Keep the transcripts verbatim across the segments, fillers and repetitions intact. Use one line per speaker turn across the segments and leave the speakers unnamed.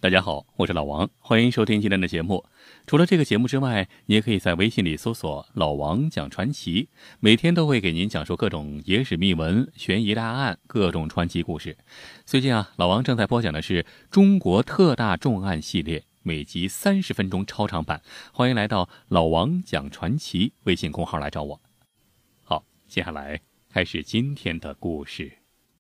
大家好，我是老王，欢迎收听今天的节目。除了这个节目之外，你也可以在微信里搜索老王讲传奇，每天都会给您讲述各种野史秘闻、悬疑大案、各种传奇故事。最近啊，老王正在播讲的是中国特大重案系列，每集三十分钟超长版，欢迎来到老王讲传奇微信公号来找我。好，接下来开始今天的故事。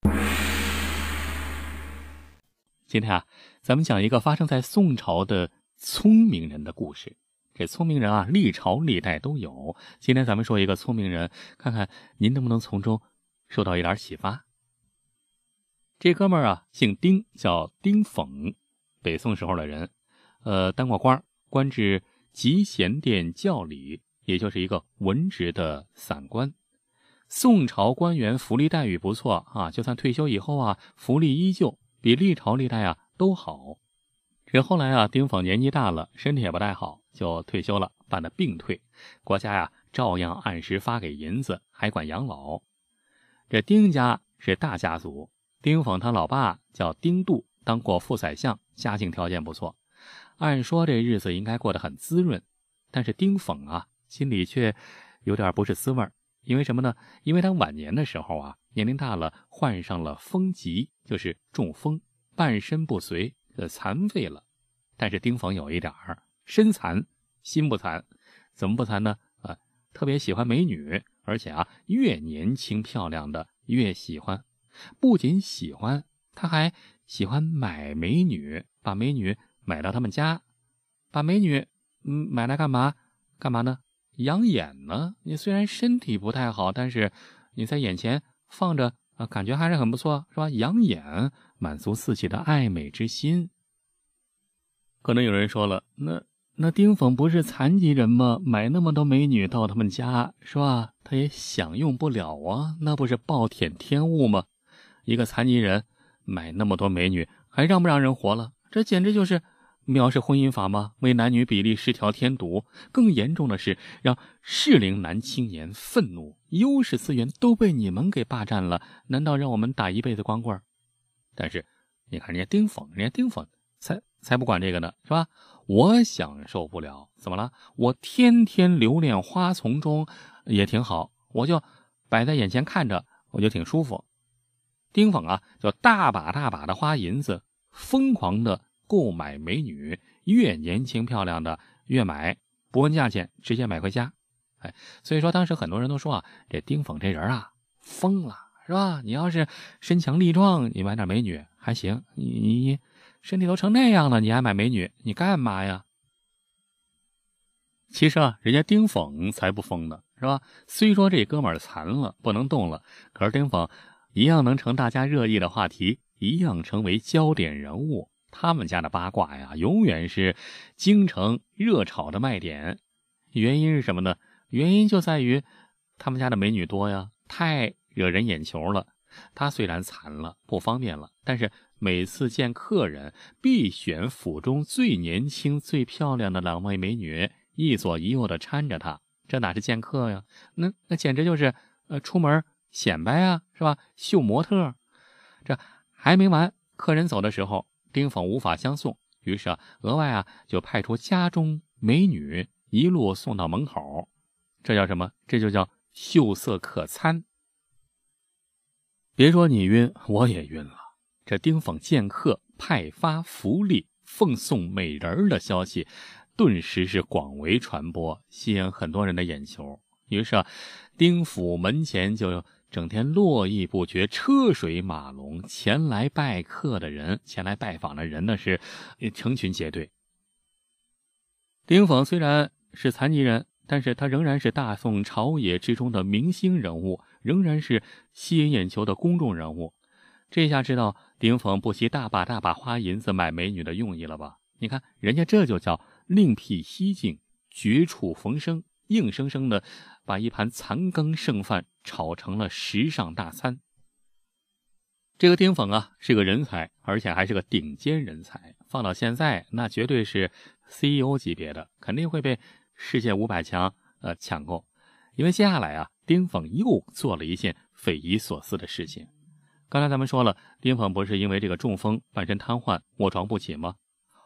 今天啊，咱们讲一个发生在宋朝的聪明人的故事。这聪明人啊，历朝历代都有。今天咱们说一个聪明人，看看您能不能从中受到一点启发。这哥们儿啊，姓丁，叫丁讽，北宋时候的人，呃，当过官，官至集贤殿教理，也就是一个文职的散官。宋朝官员福利待遇不错啊，就算退休以后啊，福利依旧比历朝历代啊都好。这后来啊，丁讽年纪大了，身体也不太好，就退休了，办的病退。国家呀照样按时发给银子，还管养老。这丁家是大家族，丁讽他老爸叫丁度，当过副宰相，家境条件不错。按说这日子应该过得很滋润，但是丁讽啊，心里却有点不是滋味。因为什么呢？因为他晚年的时候啊，年龄大了，患上了风疾，就是中风，半身不遂，残废了。但是丁讽有一点儿，身残心不残。怎么不残呢？啊，特别喜欢美女，而且啊，越年轻漂亮的越喜欢。不仅喜欢，他还喜欢买美女，把美女买到他们家。把美女嗯买来干嘛？干嘛呢？养眼呢。你虽然身体不太好，但是你在眼前放着啊，感觉还是很不错，是吧？养眼，满足自己的爱美之心。可能有人说了，那那丁讽不是残疾人吗？买那么多美女到他们家，是吧？他也享用不了啊，那不是暴殄天物吗？一个残疾人买那么多美女，还让不让人活了？这简直就是藐视婚姻法吗？为男女比例失调添堵。更严重的是，让适龄男青年愤怒，优势资源都被你们给霸占了，难道让我们打一辈子光棍？但是你看人家丁讽，人家丁讽才才不管这个呢，是吧？我享受不了，怎么了？我天天留恋花丛中也挺好，我就摆在眼前看着，我就挺舒服。丁讽啊，就大把大把的花银子，疯狂的购买美女，越年轻漂亮的越买，不问价钱，直接买回家。哎，所以说当时很多人都说啊，这丁讽这人啊疯了，是吧？你要是身强力壮，你买点美女还行，你你身体都成那样了，你还买美女，你干嘛呀？其实啊，人家丁讽才不疯呢，是吧？虽说这哥们儿残了，不能动了，可是丁讽一样能成大家热议的话题，一样成为焦点人物。他们家的八卦呀，永远是京城热炒的卖点。原因是什么呢？原因就在于他们家的美女多呀，太惹人眼球了。他虽然残了，不方便了，但是每次见客人，必选府中最年轻、最漂亮的两位美女，一左一右的搀着他。这哪是见客呀？那那简直就是呃出门显摆啊，是吧？秀模特。这还没完，客人走的时候，丁讽无法相送，于是啊，额外啊就派出家中美女一路送到门口。这叫什么？这就叫秀色可餐。别说你晕，我也晕了。这丁讽见客派发福利、奉送美人的消息，顿时是广为传播，吸引很多人的眼球。于是啊，丁府门前就整天络绎不绝，车水马龙，前来拜客的人，前来拜访的人呢是成群结队。丁讽虽然是残疾人，但是他仍然是大宋朝野之中的明星人物，仍然是吸引眼球的公众人物。这下知道丁讽不惜大把大把花银子买美女的用意了吧？你看人家这就叫另辟蹊径，绝处逢生，硬生生的把一盘残羹剩饭炒成了时尚大餐。这个丁讽啊是个人才，而且还是个顶尖人才，放到现在那绝对是 C E O 级别的，肯定会被世界五百强呃抢购。因为接下来啊，丁讽又做了一件匪夷所思的事情。刚才咱们说了，丁讽不是因为这个中风半身瘫痪卧床不起吗？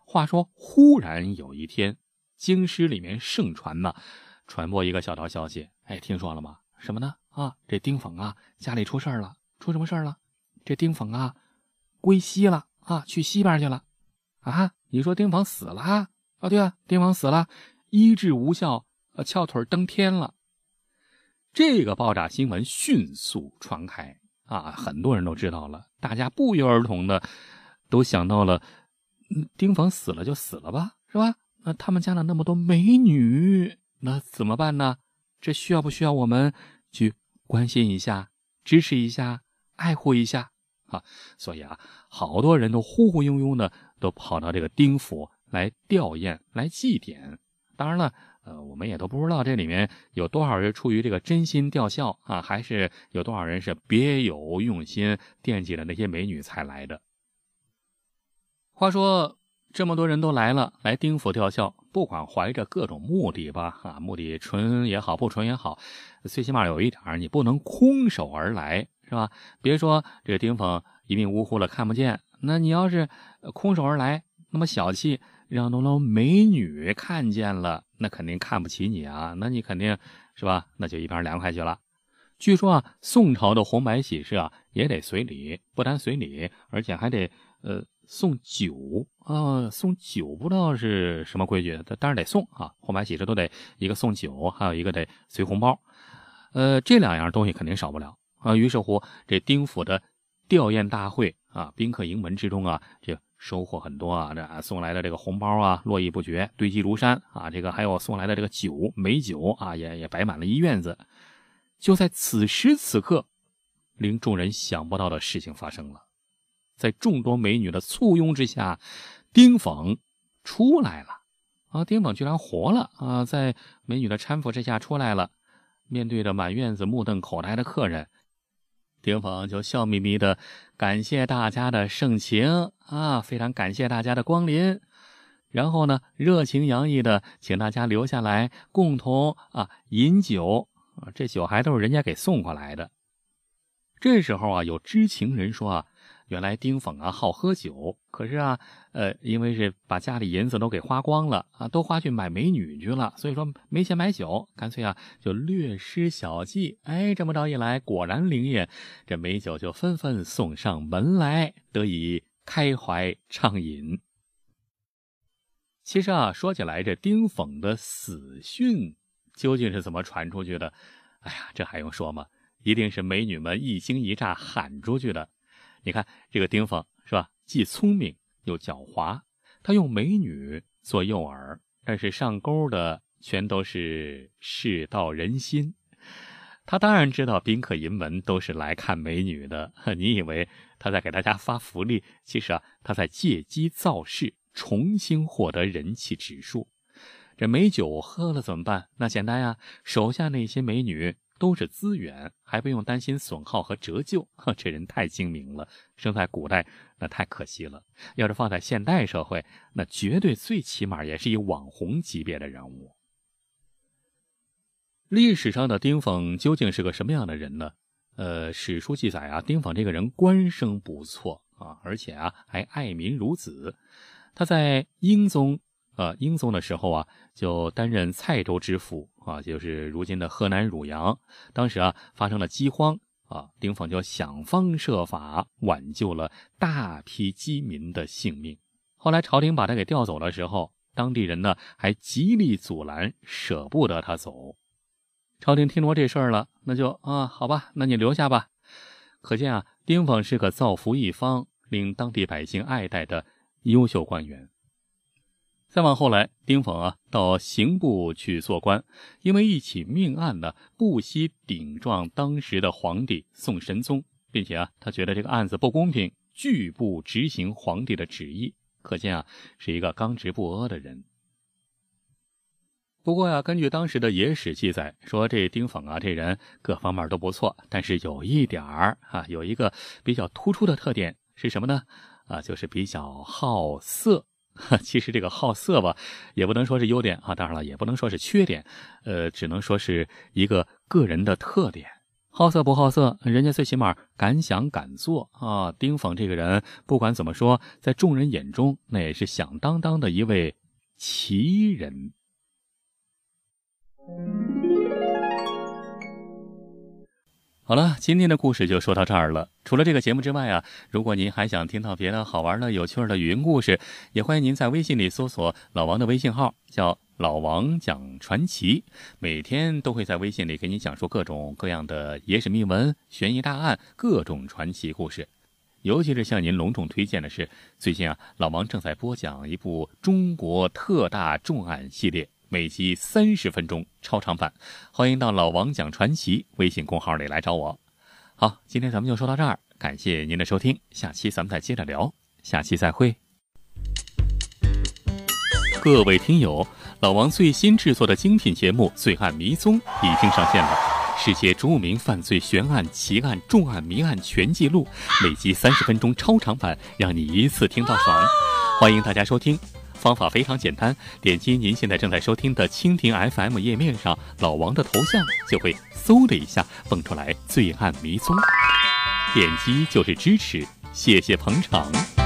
话说忽然有一天，京师里面盛传呢，传播一个小道消息，哎，听说了吗？什么呢？啊，这丁讽啊家里出事了。出什么事了？这丁讽啊归西了啊，去西边去了。啊，你说丁讽死了啊？啊，对啊，丁讽死了，医治无效，呃，翘腿登天了。这个爆炸新闻迅速传开啊，很多人都知道了，大家不约而同的都想到了，嗯，丁讽死了就死了吧，是吧？那他们家的那么多美女，那怎么办呢？这需要不需要我们去关心一下，支持一下，爱护一下啊？所以啊，好多人都呼呼拥拥的都跑到这个丁府来吊唁，来祭奠。当然了，呃，我们也都不知道这里面有多少人出于这个真心吊孝啊，还是有多少人是别有用心惦记了那些美女才来的。话说这么多人都来了，来丁府吊孝，不管怀着各种目的吧，啊，目的纯也好，不纯也好，最起码有一点，你不能空手而来，是吧？别说这个丁讽一命呜呼了看不见，那你要是空手而来，那么小气，让那么美女看见了，那肯定看不起你啊，那你肯定是吧？那就一边凉快去了。据说啊，宋朝的红白喜事啊也得随礼，不单随礼，而且还得呃。送酒啊，送酒不知道是什么规矩，当然得送啊。红白喜事都得一个送酒，还有一个得随红包，呃，这两样东西肯定少不了啊。于是乎，这丁府的吊唁大会啊，宾客盈门之中啊，这收获很多啊。这送来的这个红包啊，络绎不绝，堆积如山啊。这个还有送来的这个酒，美酒啊，也也摆满了一院子。就在此时此刻，令众人想不到的事情发生了。在众多美女的簇拥之下，丁讽出来了啊！丁讽居然活了啊！在美女的搀扶之下出来了，面对着满院子目瞪口呆的客人，丁讽就笑眯眯的感谢大家的盛情啊，非常感谢大家的光临。然后呢，热情洋溢的请大家留下来共同啊饮酒啊，这酒还都是人家给送过来的。这时候啊，有知情人说啊，原来丁讽啊好喝酒，可是啊，呃，因为是把家里银子都给花光了啊，都花去买美女去了，所以说没钱买酒，干脆啊就略施小计。哎，这么着一来，果然灵验，这美酒就纷纷送上门来，得以开怀畅饮。其实啊，说起来，这丁讽的死讯究竟是怎么传出去的？哎呀，这还用说吗？一定是美女们一惊一乍喊出去的。你看这个丁讽是吧，既聪明又狡猾，他用美女做诱饵，但是上钩的全都是世道人心。他当然知道宾客盈门都是来看美女的，你以为他在给大家发福利，其实啊，他在借机造势，重新获得人气指数。这美酒喝了怎么办？那简单呀，手下那些美女都是资源，还不用担心损耗和折旧。这人太精明了，生在古代那太可惜了，要是放在现代社会，那绝对最起码也是一网红级别的人物。历史上的丁讽究竟是个什么样的人呢？呃，史书记载啊，丁讽这个人官声不错啊，而且啊还爱民如子。他在英宗呃，英宗的时候啊，就担任蔡州知府啊，就是如今的河南汝阳。当时啊，发生了饥荒啊，丁讽就想方设法挽救了大批饥民的性命。后来朝廷把他给调走的时候，当地人呢还极力阻拦，舍不得他走。朝廷听说这事儿了，那就啊，好吧，那你留下吧。可见啊，丁讽是个造福一方、令当地百姓爱戴的优秀官员。再往后来，丁讽啊到刑部去做官，因为一起命案呢，不惜顶撞当时的皇帝宋神宗，并且啊，他觉得这个案子不公平，拒不执行皇帝的旨意。可见啊，是一个刚直不阿的人。不过呀，根据当时的野史记载，说这丁讽啊，这人各方面都不错，但是有一点儿啊，有一个比较突出的特点是什么呢？啊，就是比较好色。其实这个好色吧，也不能说是优点啊，当然了，也不能说是缺点，呃，只能说是一个个人的特点。 好色不好色，人家最起码敢想敢做啊。丁凤这个人不管怎么说，在众人眼中那也是响当当的一位奇人。好了，今天的故事就说到这儿了。除了这个节目之外啊，如果您还想听到别的好玩的、有趣的语音故事，也欢迎您在微信里搜索老王的微信号，叫老王讲传奇，每天都会在微信里给你讲述各种各样的野史秘闻、悬疑大案、各种传奇故事。尤其是向您隆重推荐的是，最近啊，老王正在播讲一部中国特大重案系列，每集三十分钟超长版，欢迎到老王讲传奇微信公号里来找我。好，今天咱们就说到这儿，感谢您的收听，下期咱们再接着聊，下期再会。各位听友，老王最新制作的精品节目《罪案迷踪》已经上线了，世界著名犯罪悬案、奇案、重案、谜案全记录，每集三十分钟超长版，让你一次听到爽。欢迎大家收听。方法非常简单，点击您现在正在收听的蜻蜓 F M 页面上老王的头像，就会嗖的一下蹦出来罪案迷踪，点击就是支持，谢谢捧场。